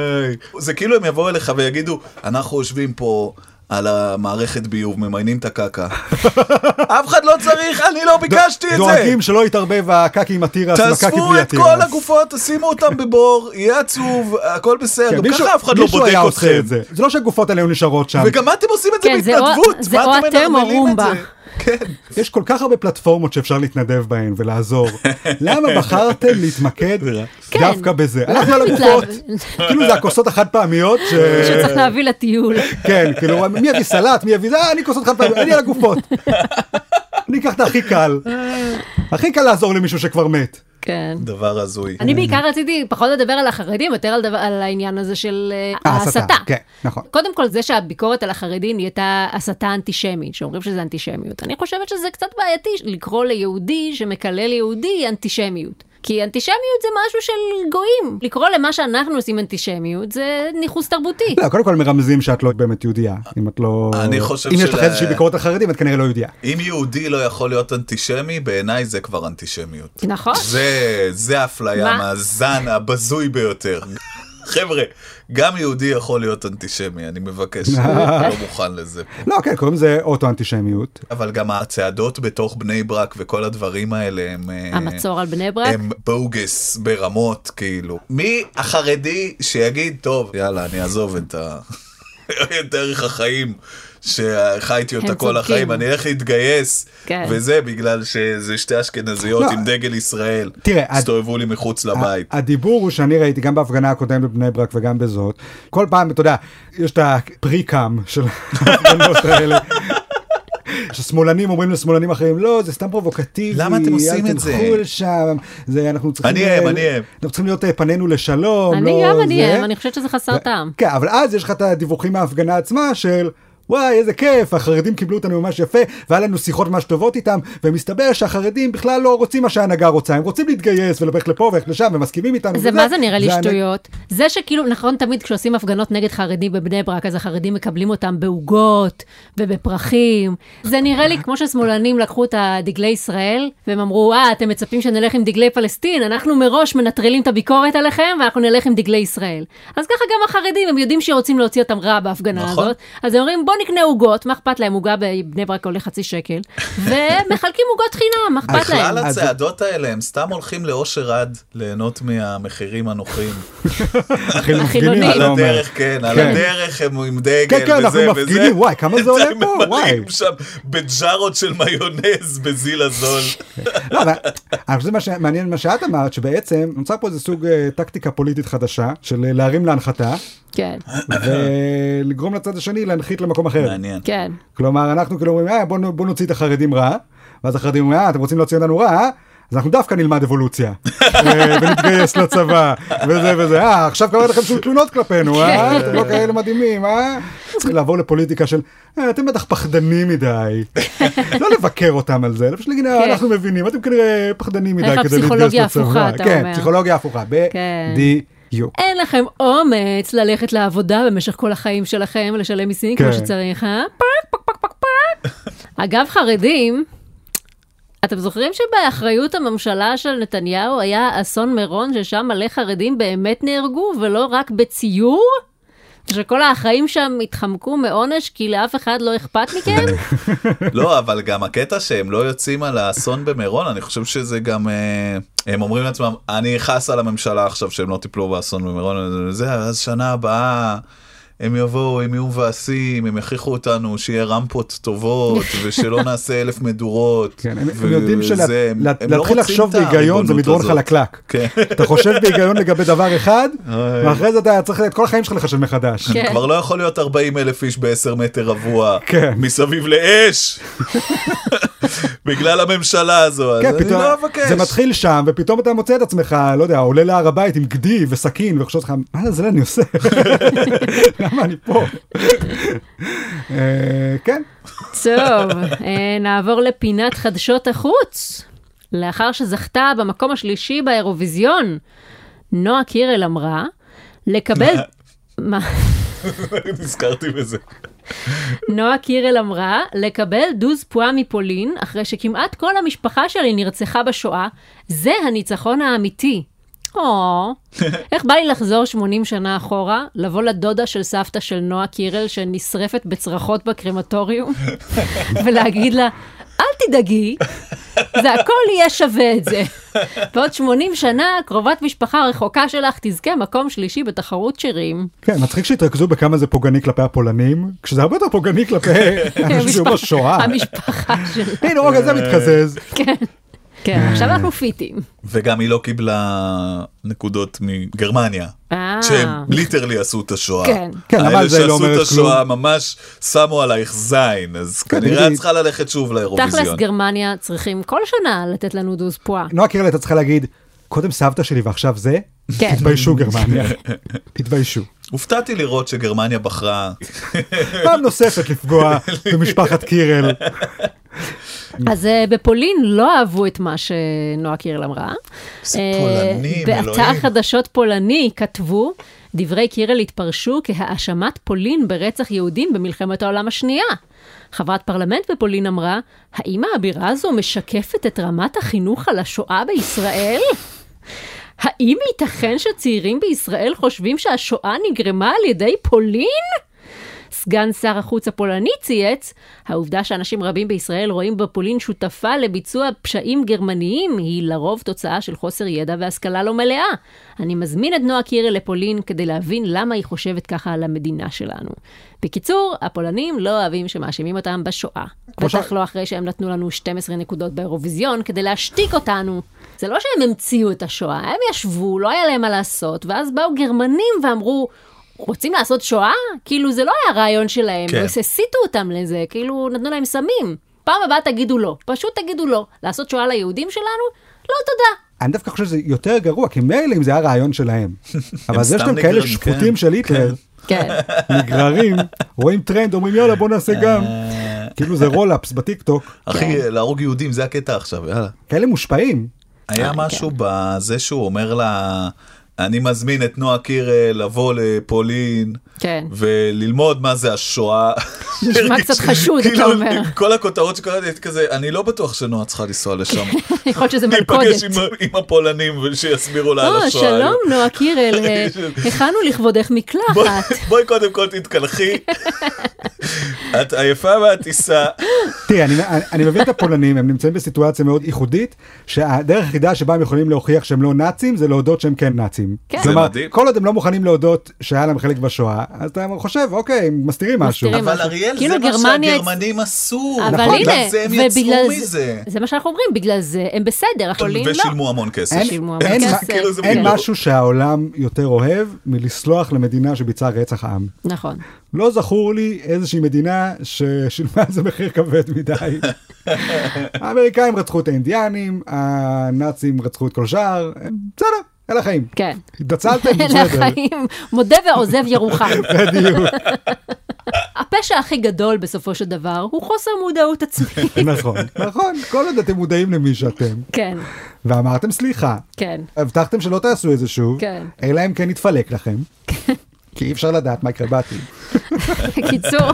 זה כאילו הם יבואו אליך ויגידו, אנחנו יושבים פה על המערכת ביוב, ממיינים את הקקה. אף אחד לא צריך, אני לא ביקשתי את זה. דואגים שלא יתערבב הקקי עם התירס, עם הקקי בלי התירס. תאספו את כל הגופות, תשימו אותם בבור, יהיה עצוב, הכל בסדר. גם ככה אף אחד לא בודק אתכם. זה לא שהגופות האלה נשארות שם. וגם אתם עושים את זה בהתנדבות. זה או אתם או רומבה. כן. יש כל כך הרבה פלטפורמות שאפשר להתנדב בהן ולעזור. למה בחרתם להתמקד דווקא בזה? אנחנו על הגופות, כאילו זה הכוסות החד פעמיות שצריך להביא לטיול. כן, כאילו מי יביא סלט, מי יביא זה, אני כוסות חד פעמיות, אני על הגופות. אני אקח את הכי קל. הכי קל לעזור למישהו שכבר מת. כן. דבר הזוי. אני בעיקר רציתי פחות לדבר על החרדים, יותר על, דבר, על העניין הזה של ההסתה. כן, נכון. קודם כל זה שהביקורת על החרדים נהייתה הסתה אנטישמית, שאומרים שזה אנטישמיות. אני חושבת שזה קצת בעייתי לקרוא ליהודי שמקלל יהודי אנטישמיות. כי אנטישמיות זה משהו של גויים. לקרוא למה שאנחנו עושים אנטישמיות זה ניחוס תרבותי. לא, קודם כל מרמזים שאת לא באמת יהודייה. אם את לא... אני חושב אם יש לך איזושהי ביקורת על חרדים, את כנראה לא יהודייה. אם יהודי לא יכול להיות אנטישמי, בעיניי זה כבר אנטישמיות. נכון. זה, זה אפליה מהזן הבזוי ביותר. חבר'ה, גם יהודי יכול להיות אנטישמי, אני מבקש, לא מוכן לזה פה. לא, כן, קוראים לזה אוטו-אנטישמיות. אבל גם הצעדות בתוך בני ברק וכל הדברים האלה הם... המצור על בני ברק? הם בוגס ברמות, כאילו. מי החרדי שיגיד, טוב, יאללה, אני אעזוב את ה... את ערך החיים. שחייתי אותה כל החיים, אני הולך להתגייס, וזה בגלל שזה שתי אשכנזיות עם דגל ישראל, הסתובבו לי מחוץ לבית. הדיבור הוא שאני ראיתי גם בהפגנה הקודמת בבני ברק וגם בזאת, כל פעם, אתה יודע, יש את הפריקם של ההפגנות האלה, ששמאלנים אומרים לשמאלנים אחרים, לא, זה סתם פרובוקטיבי. למה אתם עושים את זה? אל תלכו לשם, זה, אנחנו צריכים... אני הם, אני הם. אנחנו צריכים להיות פנינו לשלום. אני גם אני הם, אני חושבת שזה חסר טעם. כן, אבל אז יש לך את הדיווחים מההפגנה עצמה של... וואי, איזה כיף, החרדים קיבלו אותנו ממש יפה, והיה לנו שיחות ממש טובות איתם, ומסתבר שהחרדים בכלל לא רוצים מה שההנהגה רוצה, הם רוצים להתגייס ולברך לפה ולך לשם, ומסכימים איתנו. זה מה זה נראה לי שטויות? זה שכאילו, נכון, תמיד כשעושים הפגנות נגד חרדים בבני ברק, אז החרדים מקבלים אותם בעוגות ובפרחים. זה נראה לי כמו ששמאלנים לקחו את דגלי ישראל, והם אמרו, אה, אתם מצפים שנלך עם דגלי פלסטין, אנחנו מראש מנטרלים את הביקורת עליכם, ואנחנו נלך עם דגלי ישראל. אז ככה גם החרדים, הם יודעים שרוצים להוציא אותם רע בהפגנה הזאת. אז הם אומרים, בוא נקנה עוגות, מה אכפת להם? עוגה בבני ברק עולה חצי שקל, ומחלקים עוגות חינם, מה אכפת להם? בכלל הצעדות האלה, הם סתם הולכים לאושר עד, ליהנות מהמחירים הנוחים. החילונים. על הדרך, כן, על הדרך הם עם דגל וזה וזה. כן, כן, אנחנו מפגינים, וואי, כמה זה עולה פה, וואי. ממלאים שם בג'ארות של מיונז בזיל הזול. לא, אבל אני חושב שזה מעניין מה שאת אמרת, שבעצם נוצר פה איזה סוג טקטיקה פוליטית חדשה, של להרים להנחתה, כן. ולגרום לצד השני להנחית למקום אחר. מעניין. כן. כלומר, אנחנו כאילו אומרים, אה, בוא, בוא נוציא את החרדים רע, ואז החרדים אומרים, אה, אתם רוצים להוציא אותנו רע, אז אנחנו דווקא נלמד אבולוציה, ונתגייס לצבא, וזה וזה, אה, עכשיו קוראים לכם שום תלונות כלפינו, אה, אתם לא כאלה מדהימים, אה? צריכים לעבור לפוליטיקה של, אה, אתם בטח פחדנים מדי, לא לבקר אותם על זה, אלא פשוט להגיד, אנחנו מבינים, אתם כנראה פחדנים מדי כדי להתגייס לצבא. כן, פסיכולוגיה הפוכה, בדי. אין לכם אומץ ללכת לעבודה במשך כל החיים שלכם, לשלם מיסים כמו שצריך, אה? פק, פק, פק, פק, פק. אגב, חרדים, אתם זוכרים שבאחריות הממשלה של נתניהו היה אסון מירון, ששם מלא חרדים באמת נהרגו, ולא רק בציור? שכל האחראים שם התחמקו מעונש, כי לאף אחד לא אכפת מכם? לא, אבל גם הקטע שהם לא יוצאים על האסון במירון, אני חושב שזה גם... הם אומרים לעצמם, אני חס על הממשלה עכשיו שהם לא טיפלו באסון במירון, זה, אז שנה הבאה הם יבואו, הם יהיו מבאסים, הם יכריחו אותנו שיהיה רמפות טובות, ושלא נעשה אלף מדורות. כן, הם יודעים שלהתחיל לחשוב בהיגיון זה מדרון חלקלק. אתה חושב בהיגיון לגבי דבר אחד, ואחרי זה אתה צריך את כל החיים שלך לחשב מחדש. כבר לא יכול להיות ארבעים אלף איש בעשר מטר רבוע, מסביב לאש. בגלל הממשלה הזו, אז אני לא אבקש. זה מתחיל שם, ופתאום אתה מוצא את עצמך, לא יודע, עולה להר הבית עם גדי וסכין, וחושב לך, מה זה אני עושה? למה אני פה? כן. טוב, נעבור לפינת חדשות החוץ. לאחר שזכתה במקום השלישי באירוויזיון, נועה קירל אמרה, לקבל... מה? נזכרתי בזה. נועה קירל אמרה, לקבל דוז פואה מפולין, אחרי שכמעט כל המשפחה שלי נרצחה בשואה, זה הניצחון האמיתי. או, איך בא לי לחזור שמונים שנה אחורה, לבוא לדודה של סבתא של נועה קירל, שנשרפת בצרחות בקרמטוריום, ולהגיד לה, אל תדאגי, זה הכל יהיה שווה את זה. בעוד שמונים שנה, קרובת משפחה רחוקה שלך תזכה מקום שלישי בתחרות שירים. כן, מצחיק שהתרכזו בכמה זה פוגעני כלפי הפולנים, כשזה הרבה יותר פוגעני כלפי אנשים שהיו בשואה. המשפחה שלה. הנה, רגע, זה מתחזז. כן. כן, עכשיו אנחנו פיטים. וגם היא לא קיבלה נקודות מגרמניה, שהם ליטרלי עשו את השואה. כן. האלה שעשו את השואה ממש שמו עלייך זין, אז כנראה צריכה ללכת שוב לאירוויזיון. תכלס גרמניה צריכים כל שנה לתת לנו דוז פואה. נועה קירל, אתה צריכה להגיד, קודם סבתא שלי ועכשיו זה? כן. תתביישו גרמניה. תתביישו. הופתעתי לראות שגרמניה בחרה... פעם נוספת לפגוע במשפחת קירל. אז בפולין לא אהבו את מה שנועה קירל אמרה. זה פולנים, אלוהים. באתר חדשות פולני כתבו, דברי קירל התפרשו כהאשמת פולין ברצח יהודים במלחמת העולם השנייה. חברת פרלמנט בפולין אמרה, האם האבירה הזו משקפת את רמת החינוך על השואה בישראל? האם ייתכן שצעירים בישראל חושבים שהשואה נגרמה על ידי פולין? סגן שר החוץ הפולני צייץ, העובדה שאנשים רבים בישראל רואים בפולין שותפה לביצוע פשעים גרמניים היא לרוב תוצאה של חוסר ידע והשכלה לא מלאה. אני מזמין את נועה קירל לפולין כדי להבין למה היא חושבת ככה על המדינה שלנו. בקיצור, הפולנים לא אוהבים שמאשימים אותם בשואה. בטח לא אחרי שהם נתנו לנו שתים עשרה נקודות באירוויזיון כדי להשתיק אותנו. זה לא שהם המציאו את השואה, הם ישבו, לא היה להם מה לעשות, ואז באו גרמנים ואמרו, רוצים לעשות שואה? כאילו זה לא היה רעיון שלהם, כן. הסיטו אותם לזה, כאילו נתנו להם סמים. פעם הבאה תגידו לא, פשוט תגידו לא. לעשות שואה ליהודים שלנו? לא תודה. אני דווקא חושב שזה יותר גרוע, כי מילא אם זה היה רעיון שלהם. אבל זה שאתם כאלה שפוטים של היטלר, נגררים, רואים טרנד, אומרים יאללה בוא נעשה גם. כאילו זה רולאפס בטיקטוק. אחי, להרוג יהודים, זה הקטע עכשיו, יאללה. כאלה מושפעים. היה משהו בזה שהוא אומר לה... אני מזמין את נועה קירל לבוא לפולין, כן. וללמוד מה זה השואה. נשמע קצת חשוד, אתה אומר. עם כל הכותרות שקראתי, כזה, אני לא בטוח שנועה צריכה לנסוע לשם. יכול להיות שזה מלכודת. להיפגש עם הפולנים ושיסבירו לה על השואה. שלום נועה קירל, הכנו לכבודך מקלחת. בואי קודם כל תתקלחי. את עייפה והטיסה. תראי, אני מבין את הפולנים, הם נמצאים בסיטואציה מאוד ייחודית, שהדרך היחידה שבה הם יכולים להוכיח שהם לא נאצים, זה להודות שהם כן נאצים. כלומר, כל עוד הם לא מוכנים להודות שהיה להם חלק בשואה, אז אתה חושב, אוקיי, הם מסתירים משהו. אבל אריאל, זה מה שהגרמנים עשו. אבל הנה, הם יצאו מזה. זה מה שאנחנו אומרים, בגלל זה הם בסדר, הפולין לא. ושילמו המון כסף. אין משהו שהעולם יותר אוהב מלסלוח למדינה שביצעה רצח העם. נכון. לא זכור לי איזושהי מדינה ששילמה איזה מחיר כבד מדי. האמריקאים רצחו את האינדיאנים, הנאצים רצחו את כל שער, בסדר, אלה החיים. כן. התבצלתם, בסדר. אלה החיים, מודה ועוזב ירוחם. בדיוק. הפשע הכי גדול בסופו של דבר הוא חוסר מודעות עצמית. נכון, נכון, כל עוד אתם מודעים למי שאתם. כן. ואמרתם סליחה. כן. הבטחתם שלא תעשו את זה שוב, כן. אלא אם כן יתפלק לכם. כן. כי אי אפשר לדעת מה יקרה בעתיד. בקיצור,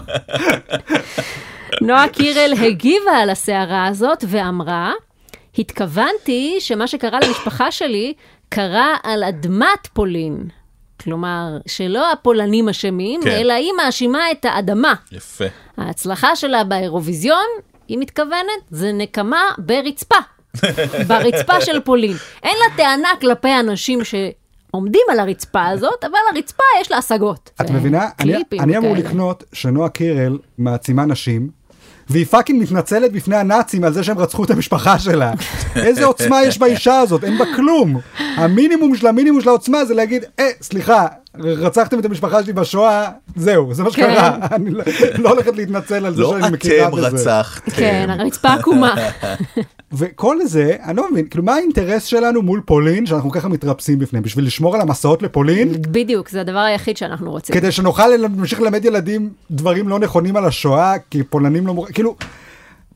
נועה קירל הגיבה על הסערה הזאת ואמרה, התכוונתי שמה שקרה למשפחה שלי קרה על אדמת פולין. כלומר, שלא הפולנים אשמים, כן. אלא היא מאשימה את האדמה. יפה. ההצלחה שלה באירוויזיון, היא מתכוונת, זה נקמה ברצפה. ברצפה של פולין. אין לה טענה כלפי אנשים ש... עומדים על הרצפה הזאת, אבל הרצפה יש לה השגות. את מבינה? אני אמור לקנות שנועה קירל מעצימה נשים, והיא פאקינג מתנצלת בפני הנאצים על זה שהם רצחו את המשפחה שלה. איזה עוצמה יש באישה הזאת? אין בה כלום. המינימום של המינימום של העוצמה זה להגיד, אה, סליחה, רצחתם את המשפחה שלי בשואה, זהו, זה מה שקרה. אני לא הולכת להתנצל על זה שאני מכירה בזה. לא אתם רצחתם. כן, הרצפה עקומה. וכל זה, אני לא מבין, כאילו מה האינטרס שלנו מול פולין, שאנחנו ככה מתרפסים בפניהם, בשביל לשמור על המסעות לפולין? בדיוק, זה הדבר היחיד שאנחנו רוצים. כדי שנוכל להמשיך ללמד ילדים דברים לא נכונים על השואה, כי פולנים לא מור... כאילו,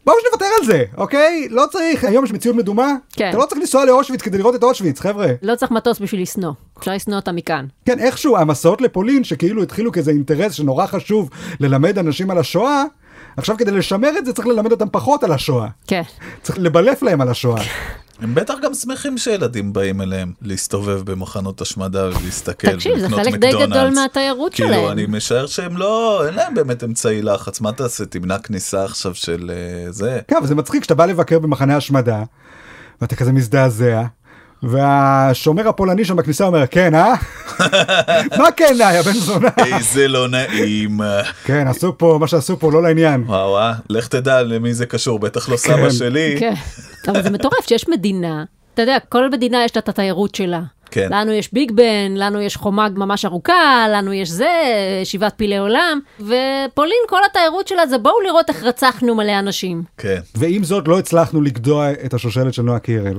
בואו שנוותר על זה, אוקיי? לא צריך, היום יש מציאות מדומה, כן. אתה לא צריך לנסוע לאושוויץ כדי לראות את אושוויץ, חבר'ה. לא צריך מטוס בשביל לסנוע, אפשר לסנוע אותה מכאן. כן, איכשהו, המסעות לפולין, שכאילו התחילו כאיזה אינטרס שנורא חשוב ללמד אנשים על השואה, עכשיו כדי לשמר את זה צריך ללמד אותם פחות על השואה. כן. צריך לבלף להם על השואה. הם בטח גם שמחים שילדים באים אליהם להסתובב במחנות השמדה ולהסתכל. תקשיב, זה חלק די גדול מהתיירות שלהם. כאילו, אני משער שהם לא, אין להם באמת אמצעי לחץ. מה תעשה? תמנע כניסה עכשיו של זה. כן, וזה מצחיק שאתה בא לבקר במחנה השמדה, ואתה כזה מזדעזע, והשומר הפולני שם בכניסה אומר, כן, אה? מה כן, אה, יא בן זונה? איזה לא נעים. כן, עשו פה, מה שעשו פה, לא לעניין. וואו, אה, לך תדע למי זה קשור, בטח לא סבא שלי. כן, אבל זה מטורף שיש מדינה, אתה יודע, כל מדינה יש לה את התיירות שלה. כן. לנו יש ביג בן, לנו יש חומה ממש ארוכה, לנו יש זה, שבעת פילי עולם, ופולין, כל התיירות שלה זה בואו לראות איך רצחנו מלא אנשים. כן. ועם זאת לא הצלחנו לגדוע את השושלת של נועה קירל.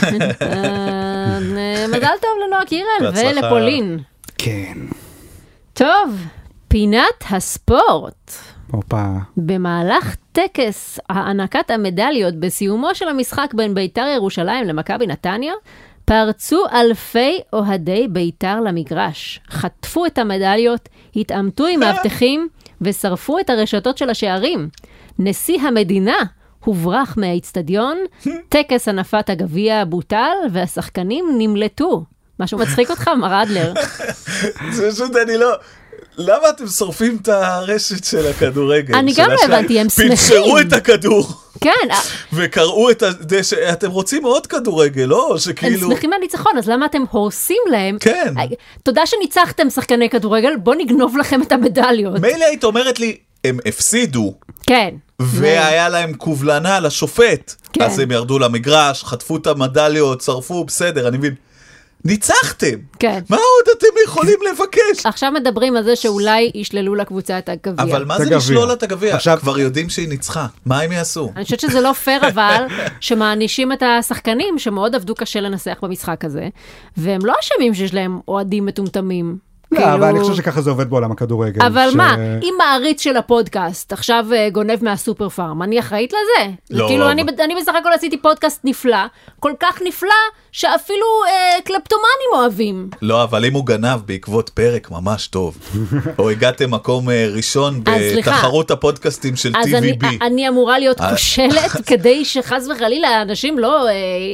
מזל טוב לנועה קירל ולפולין. כן. טוב, פינת הספורט. אופה. במהלך טקס הענקת המדליות בסיומו של המשחק בין בית"ר ירושלים למכבי נתניה, פרצו אלפי אוהדי בית"ר למגרש, חטפו את המדליות, התעמתו עם מאבטחים ושרפו את הרשתות של השערים. נשיא המדינה הוברח מהאצטדיון, טקס הנפת הגביע בוטל והשחקנים נמלטו. משהו מצחיק אותך, מר אדלר? זה פשוט אני לא... למה אתם שורפים את הרשת של הכדורגל? אני גם לא הבנתי, הם שמחים. פנצ'רו את הכדור. כן. וקראו את הדשא, אתם רוצים עוד כדורגל, לא? שכאילו... הם שמחים מהניצחון, אז למה אתם הורסים להם? כן. תודה שניצחתם שחקני כדורגל, בוא נגנוב לכם את המדליות. מילא היית אומרת לי, הם הפסידו. כן. והיה להם קובלנה לשופט. כן. אז הם ירדו למגרש, חטפו את המדליות, שרפו, בסדר, אני מבין. ניצחתם. כן. מה עוד אתם יכולים לבקש? עכשיו מדברים על זה שאולי ישללו לקבוצה את הגביע. אבל מה זה לשלול את הגביע? עכשיו כבר יודעים שהיא ניצחה. מה הם יעשו? אני חושבת שזה לא פייר אבל, שמענישים את השחקנים שמאוד עבדו קשה לנסח במשחק הזה, והם לא אשמים שיש להם אוהדים מטומטמים. לא, אבל אני חושב שככה זה עובד בעולם הכדורגל. אבל מה, אם מעריץ של הפודקאסט עכשיו גונב מהסופר פארם, אני אחראית לזה? לא. כאילו, אני בסך הכל עשיתי פודקאסט נפלא, כל כך נפלא, שאפילו קלפטומנים אוהבים. לא, אבל אם הוא גנב בעקבות פרק ממש טוב, או הגעתם מקום ראשון בתחרות הפודקאסטים של טי וי בי. אז אני אמורה להיות כושלת, כדי שחס וחלילה האנשים לא,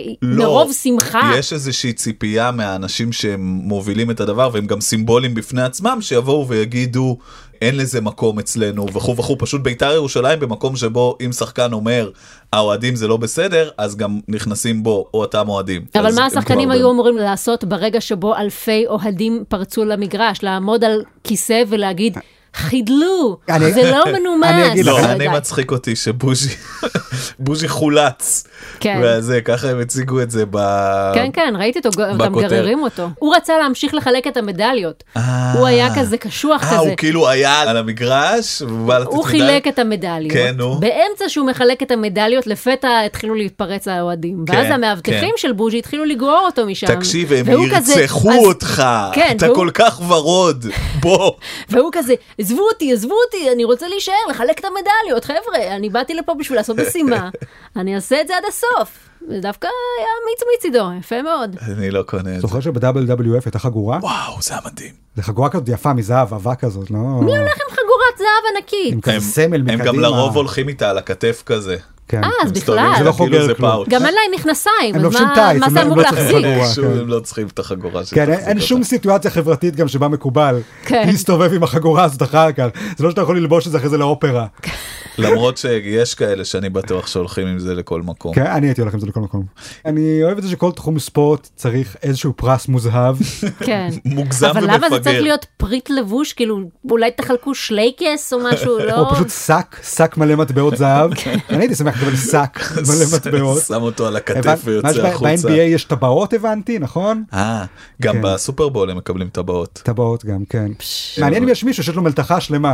מרוב שמחה. יש איזושהי ציפייה מהאנשים שהם מובילים את הדבר, והם גם סימבולים בפני עצמם, שיבואו ויגידו, אין לזה מקום אצלנו, וכו וכו, פשוט בית"ר ירושלים במקום שבו אם שחקן אומר, האוהדים זה לא בסדר, אז גם נכנסים בו אותם אוהדים. אבל מה השחקנים היו אמורים לעשות ברגע שבו אלפי אוהדים פרצו למגרש, לעמוד על כיסא ולהגיד, חידלו, זה לא מנומס. לא, אני מצחיק אותי שבוז'י, בוז'י חולץ, וזה, ככה הם הציגו את זה בכותרת. כן, כן, ראיתי אותו, אותם גררים אותו. הוא רצה להמשיך לחלק את המדליות. הוא היה כזה קשוח כזה. הוא כאילו היה על המגרש, הוא חילק את המדליות. באמצע שהוא מחלק את המדליות, לפתע התחילו להתפרץ האוהדים. ואז המאבטחים של בוז'י התחילו לגרור אותו משם. תקשיב, הם ירצחו אותך, אתה כל כך ורוד, בוא. והוא כזה, עזבו אותי, עזבו אותי, אני רוצה להישאר, לחלק את המדליות, חבר'ה, אני באתי לפה בשביל לעשות משימה, אני אעשה את זה עד הסוף. זה דווקא היה מיץ מצידו, יפה מאוד. אני לא קונה את זה. זוכר שב-דאבליו דאבליו אף הייתה חגורה? וואו, זה היה מדהים. זה חגורה כזאת יפה מזהב, אבק כזאת, לא? מי הולך עם חגורת זהב ענקית? עם כזה סמל מקדימה. הם גם לרוב הולכים איתה על הכתף כזה. אה, אז בכלל. זה לא חוגר כלום. גם אין להם מכנסיים, הם לובשים טייץ, מה זה אמור להחזיק? הם לא צריכים את החגורה. כן, אין שום סיטואציה חברתית גם שבה מקובל להסתובב עם החגורה הזאת אחר כך. זה לא שאתה יכול ללבוש את זה אחרי זה לאופרה. למרות שיש כאלה שאני בטוח שהולכים עם זה לכל מקום. כן, אני הייתי הולך עם זה לכל מקום. אני אוהב את זה שכל תחום ספורט צריך איזשהו פרס מוזהב. כן. מוגזם ומפגר. אבל למה זה צריך להיות פריט לבוש? כאילו, אולי תחלקו שלייקס או משהו, לא? או פשוט שק, שק מלא מטבעות זהב. אני הייתי שמח לקבל שק מלא מטבעות. שם אותו על הכתף ויוצא החוצה. ב-אן בי איי יש טבעות, הבנתי, נכון? אה, גם בסופרבול הם מקבלים טבעות. טבעות גם, כן. מעניין אם יש מישהו שיש לו מלתחה שלמה.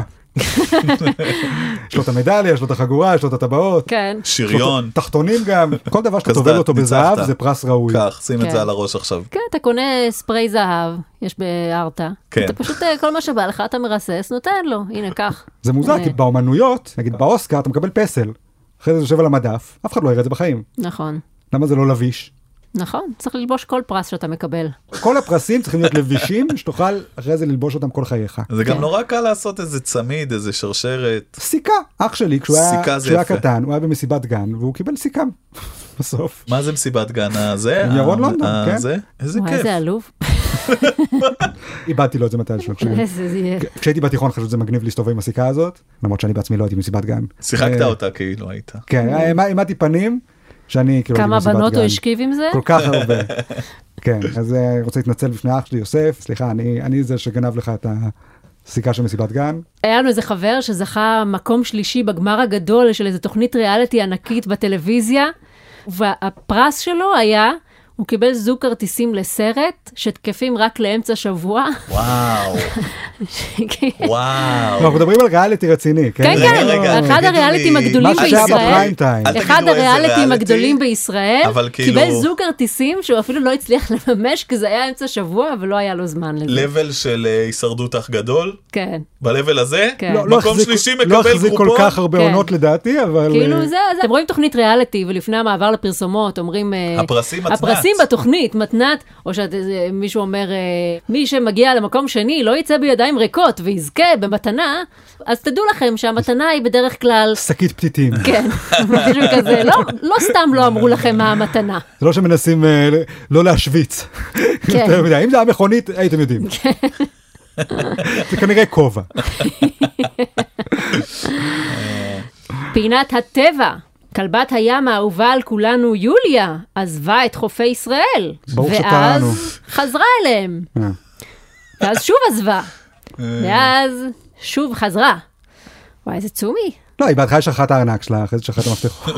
יש לו את המדליה, יש לו את החגורה, יש לו את הטבעות. כן. שריון. תחתונים גם. כל דבר שאתה תובל אותו בזהב זה פרס ראוי. כך, שים את זה על הראש עכשיו. כן, אתה קונה ספרי זהב, יש בארטה. אתה פשוט כל מה שבא לך אתה מרסס, נותן לו. הנה, כך. זה מוזר, כי באומנויות, נגיד באוסקר, אתה מקבל פסל. אחרי זה יושב על המדף, אף אחד לא יראה את זה בחיים. נכון. למה זה לא לביש? נכון, צריך ללבוש כל פרס שאתה מקבל. כל הפרסים צריכים להיות לבישים, שתוכל אחרי זה ללבוש אותם כל חייך. זה גם נורא קל לעשות איזה צמיד, איזה שרשרת. סיכה, אח שלי, כשהוא היה קטן, הוא היה במסיבת גן, והוא קיבל סיכה בסוף. מה זה מסיבת גן הזה? ירון לונדון, כן. איזה כיף. איזה עלוב. איבדתי לו את זה מתישהו. כשהייתי בתיכון חשוב שזה מגניב להסתובב עם הסיכה הזאת, למרות שאני בעצמי לא הייתי במסיבת גן. שיחקת אותה כאילו היית. כן, העמדתי פנים. שאני כאילו... כמה בנות הוא השכיב עם זה? כל כך הרבה. כן, אז אני רוצה להתנצל בפני אח שלי, יוסף, סליחה, אני, אני זה שגנב לך את הסיכה של מסיבת גן. היה לנו איזה חבר שזכה מקום שלישי בגמר הגדול של איזו תוכנית ריאליטי ענקית בטלוויזיה, והפרס שלו היה, הוא קיבל זוג כרטיסים לסרט, שתקפים רק לאמצע שבוע. וואו. וואו. אנחנו מדברים על ריאליטי רציני, כן? כן, כן, אחד הריאליטים הגדולים בישראל, אחד הריאליטים הגדולים בישראל, קיבל זוג כרטיסים שהוא אפילו לא הצליח לממש, כי זה היה אמצע שבוע, ולא היה לו זמן לזה. לבל של הישרדות אך גדול? כן. בלבל הזה? כן. מקום שלישי מקבל לא קופון? החזיק כל כך הרבה עונות לדעתי, אבל... כאילו זה, אתם רואים תוכנית ריאליטי, ולפני המעבר לפרסומות, אומרים... הפרסים מתנת. הפרסים בתוכנית, מתנת, או שמישהו אומר, מי שמגיע למקום שני, לא יצא בידיים ריקות, ויזכה במתנה, אז תדעו לכם שהמתנה היא בדרך כלל... שקית פתיתים. כן, משהו כזה. לא, לא סתם לא אמרו לכם מה המתנה. זה לא שמנסים לא להשוויץ. כן. אם זה היה מכונית, הייתם יודעים. כן. זה כנראה כובע. פינת הטבע. כלבת הים האהובה על כולנו, יוליה, עזבה את חופי ישראל. ברוך שטענו. ואז חזרה אליהם. ואז שוב עזבה. ואז שוב חזרה. וואי, איזה צומי. לא, היא בהתחלה שכחה את הארנק שלה, אחרי זה שכחה את המפתחות.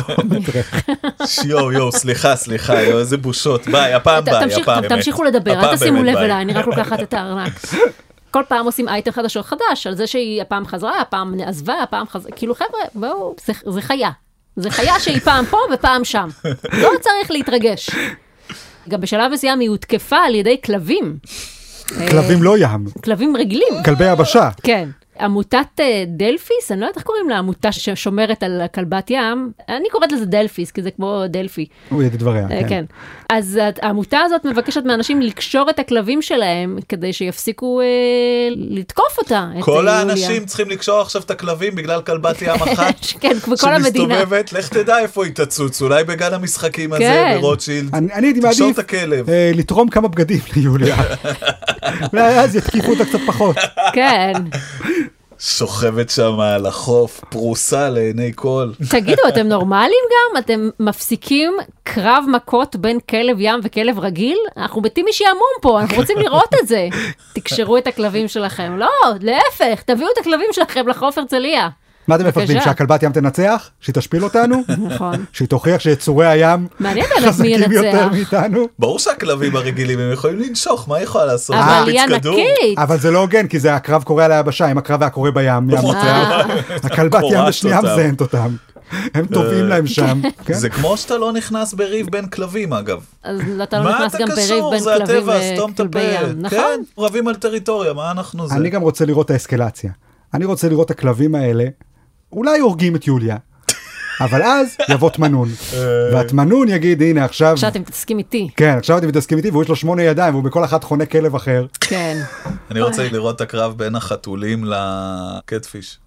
יו, יו, סליחה, סליחה, יו, איזה בושות. ביי, הפעם ביי, הפעם. תמשיכו לדבר, אל תשימו לב אליי, אני רק לוקחת את הארנק. כל פעם עושים אייטם חדשות חדש, על זה שהיא הפעם חזרה, הפעם עזבה, הפעם חזרה. כאילו חבר'ה, בואו, זה חיה. זה חיה שהיא פעם פה ופעם שם. לא צריך להתרגש. גם בשלב מסוים היא הותקפה על ידי כלבים. כלבים לא ים. כלבים רגילים. כלבי הבשה. כן. עמותת דלפיס, אני לא יודעת איך קוראים לה, עמותה ששומרת על כלבת ים, אני קוראת לזה דלפיס, כי זה כמו דלפי. הוא ידע דבריה, כן. כן. אז העמותה הזאת מבקשת מאנשים לקשור את הכלבים שלהם, כדי שיפסיקו אה, לתקוף אותה. כל האנשים צריכים לקשור עכשיו את הכלבים בגלל כלבת ים אחת. כן, בכל המדינה. שמסתובבת, לך תדע איפה היא תצוץ, אולי בגן המשחקים הזה, ברוטשילד. אני הייתי מעדיף לתרום כמה בגדים ליוליה. ואז יתקיפו אותה קצת פחות. כן. שוכבת שם על החוף, פרוסה לעיני כל. תגידו, אתם נורמליים גם? אתם מפסיקים קרב מכות בין כלב ים וכלב רגיל? אנחנו מתים משעמום פה, אנחנו רוצים לראות את זה. תקשרו את הכלבים שלכם. לא, להפך, תביאו את הכלבים שלכם לחוף הרצליה. מה אתם מפחדים? שהכלבת ים תנצח? שהיא תשפיל אותנו? נכון. שהיא תוכיח שיצורי הים חזקים יותר מאיתנו? ברור שהכלבים הרגילים הם יכולים לנשוך, מה היא יכולה לעשות? אבל היא ענקית. אבל זה לא הוגן, כי זה הקרב קורה על היבשה, אם הקרב היה קורה בים, ים נצח. הכלבת ים בשנייה מזיינת אותם. הם טובים להם שם. זה כמו שאתה לא נכנס בריב בין כלבים, אגב. אז אתה לא נכנס גם בריב בין כלבים וכלבי ים, נכון? כן, רבים על טריטוריה, מה אנחנו זה? אני גם רוצה לראות את האסקלציה. אני רוצה לראות את הכלבים האלה, אולי הורגים את יוליה, אבל אז יבוא תמנון, והתמנון יגיד, הנה עכשיו... עכשיו אתם מתעסקים איתי. כן, עכשיו אתם מתעסקים איתי, והוא יש לו שמונה ידיים, והוא בכל אחת חונה כלב אחר. כן. אני רוצה לראות את הקרב בין החתולים לקטפיש.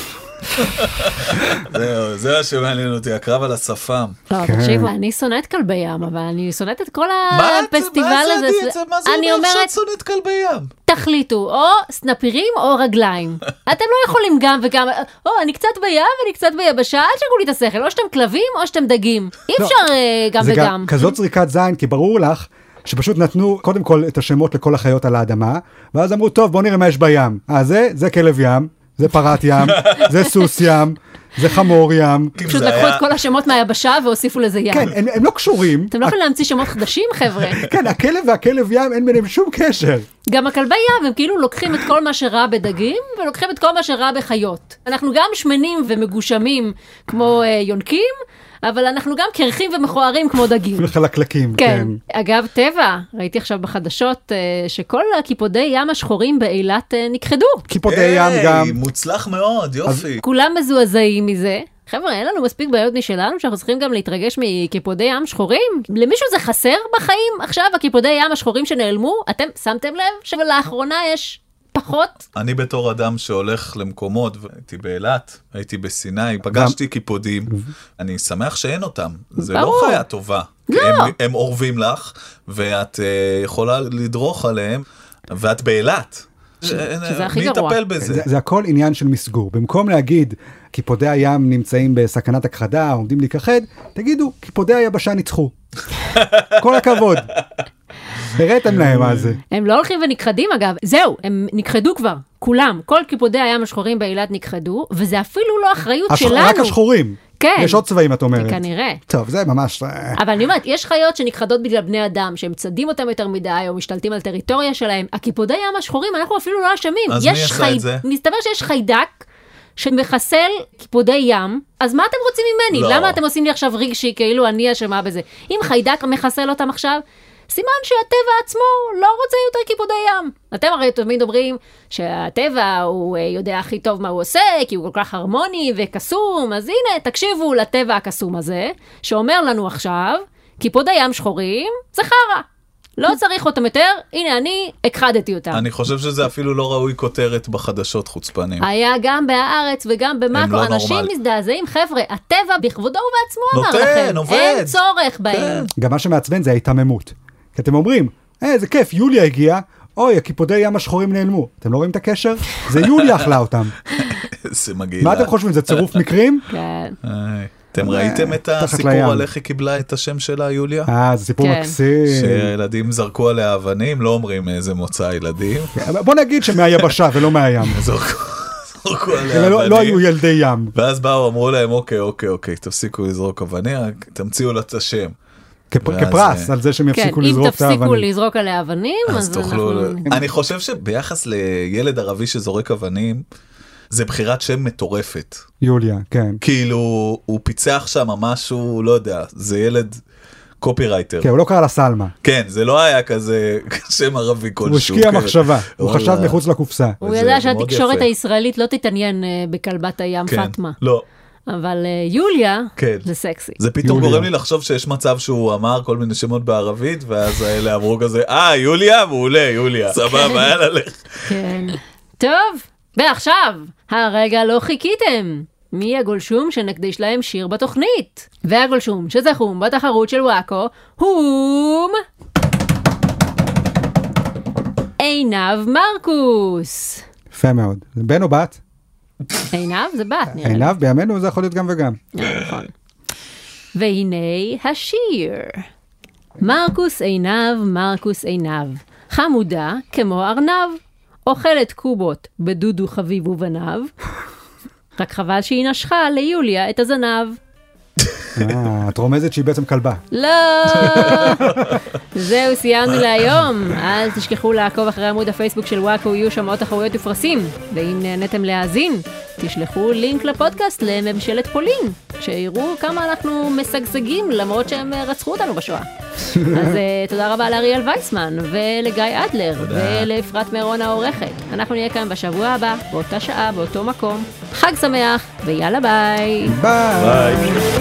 זהו, זה מה שמעניין אותי, הקרב על השפם. לא, תקשיבו, אני שונאת כלבי ים, אבל אני שונאת את כל הפסטיבל הזה. מה זה אומר שאת שונאת כלבי ים? תחליטו, או סנפירים או רגליים. אתם לא יכולים גם וגם, או, אני קצת בים ואני קצת ביבשה, אל תשגעו לי את השכל, או שאתם כלבים או שאתם דגים. אי אפשר גם וגם. זה גם כזאת זריקת זין, כי ברור לך, שפשוט נתנו קודם כל את השמות לכל החיות על האדמה, ואז אמרו, טוב, בוא נראה מה יש בים. אה, זה, זה כלב ים. זה פרת ים, זה סוס ים, זה חמור ים. פשוט לקחו את כל השמות מהיבשה והוסיפו לזה ים. כן, הם לא קשורים. אתם לא יכולים להמציא שמות חדשים, חבר'ה. כן, הכלב והכלב ים אין ביניהם שום קשר. גם הכלבי ים, הם כאילו לוקחים את כל מה שרע בדגים, ולוקחים את כל מה שרע בחיות. אנחנו גם שמנים ומגושמים כמו יונקים, אבל אנחנו גם קרחים ומכוערים כמו דגים. וחלקלקים, כן. כן. אגב, טבע, ראיתי עכשיו בחדשות שכל הקיפודי ים השחורים באילת נכחדו. קיפודי ים גם. מוצלח מאוד, יופי. כולם מזועזעים מזה, חבר'ה, אין לנו מספיק בעיות משלנו, שאנחנו צריכים גם להתרגש מקיפודי ים שחורים? למישהו זה חסר בחיים? עכשיו, הקיפודי ים השחורים שנעלמו, אתם שמתם לב שלאחרונה יש פחות? אני בתור אדם שהולך למקומות, הייתי באילת, הייתי בסיני, פגשתי קיפודים, אני שמח שאין אותם. זה לא חיה טובה. הם אורבים לך, ואת יכולה לדרוך עליהם, ואת באילת. שזה הכי גרוע. מי יטפל בזה? זה, זה הכל עניין של מסגור. במקום להגיד, קיפודי הים נמצאים בסכנת הכחדה, עומדים להיכחד, תגידו, קיפודי היבשה ניצחו. כל הכבוד. הראיתם להם מה זה. הם לא הולכים ונכחדים אגב, זהו, הם נכחדו כבר, כולם. כל קיפודי הים השחורים באילת נכחדו, וזה אפילו לא אחריות הש... שלנו. רק השחורים. כן. יש עוד צבעים, את אומרת. כנראה. טוב, זה ממש... אבל אני אומרת, יש חיות שנכחדות בגלל בני אדם, שהם צדים אותם יותר מדי, או משתלטים על טריטוריה שלהם. הקיפודי ים השחורים, אנחנו אפילו לא אשמים. אז מי עשה חי... את זה? מסתבר שיש חיידק שמחסל קיפודי ים, אז מה אתם רוצים ממני? לא. למה אתם עושים לי עכשיו רגשי, כאילו אני אשמה בזה? אם חיידק מחסל אותם עכשיו, סימן שהטבע עצמו לא רוצה יותר קיפודי ים. אתם הרי תמיד אומרים שהטבע הוא יודע הכי טוב מה הוא עושה, כי הוא כל כך הרמוני וקסום, אז הנה, תקשיבו לטבע הקסום הזה, שאומר לנו עכשיו, קיפודי ים שחורים זה חרא. לא צריך אותם יותר, הנה אני הכחדתי אותם. אני חושב שזה אפילו לא ראוי כותרת בחדשות חוצפנים. היה גם בהארץ וגם במאקו, לא אנשים נורמל. מזדעזעים, חבר'ה, הטבע בכבודו ובעצמו אמר נותן, לכם, עובד. אין צורך בהם. גם מה שמעצבן זה ההתעממות. כי אתם אומרים, אה, איזה כיף, יוליה הגיעה, אוי, הקיפודי ים השחורים נעלמו. אתם לא רואים את הקשר? זה יוליה אכלה אותם. זה מגעילה. מה אתם חושבים, זה צירוף מקרים? כן. אתם ראיתם את הסיפור על איך היא קיבלה את השם שלה, יוליה? אה, זה סיפור כן. מקסים. שילדים זרקו עליה אבנים, לא אומרים איזה מוצא ילדים. בוא נגיד שמהיבשה ולא מהים. זרקו עליה אלה לא- אבנים. לא היו ילדי ים. ואז באו, אמרו להם, אוקיי, אוקיי, אוקיי, תפסיקו לזרוק אבנים, רק תמציאו לה את השם. כפ- ואז, כפרס אה, על זה שהם כן, יפסיקו אם לזרוק את תפסיקו האבנים. לזרוק עליה אבנים, אז אז תוכלו... אנחנו... אני חושב שביחס לילד ערבי שזורק אבנים, זה בחירת שם מטורפת. יוליה, כן. כאילו, הוא פיצח שם משהו, לא יודע, זה ילד קופירייטר. כן, הוא לא קרא לה סלמה. כן, זה לא היה כזה שם ערבי כלשהו. הוא השקיע כן. מחשבה, הוא וואלה. חשב מחוץ לקופסה. הוא וזה ידע מאוד שהתקשורת יפה. הישראלית לא תתעניין אה, בכלבת הים כן. פטמה. לא, אבל אה, יוליה, כן. זה סקסי. זה פתאום יוליה. גורם לי לחשוב שיש מצב שהוא אמר כל מיני שמות בערבית, ואז האלה אמרו כזה, אה, יוליה, מעולה, יוליה. סבבה, יאללה לך. כן. טוב, ועכשיו, הרגע לא חיכיתם. מי הגולשום שנקדיש להם שיר בתוכנית? והגולשום שזכום בתחרות של וואקו, הום... עינב מרקוס. יפה מאוד. זה בן או בת? עינב זה בת, נראה לי. עינב בימינו זה יכול להיות גם וגם. נכון. והנה השיר. מרקוס עינב, מרקוס עינב, חמודה כמו ארנב, אוכלת קובות בדודו חביב ובניו, רק חבל שהיא נשכה ליוליה את הזנב. אה, את רומזת שהיא בעצם כלבה. לא! זהו, סיימנו להיום. אל תשכחו לעקוב אחרי עמוד הפייסבוק של וואקו, יהיו שם עוד תחרויות ופרסים. ואם נהניתם להאזין, תשלחו לינק לפודקאסט לממשלת פולין, שיראו כמה אנחנו משגשגים למרות שהם רצחו אותנו בשואה. אז uh, תודה רבה לאריאל וייסמן ולגיא אדלר ולאפרת מירון העורכת. אנחנו נהיה כאן בשבוע הבא, באותה שעה, באותו מקום. חג שמח ויאללה ביי. ביי. ביי.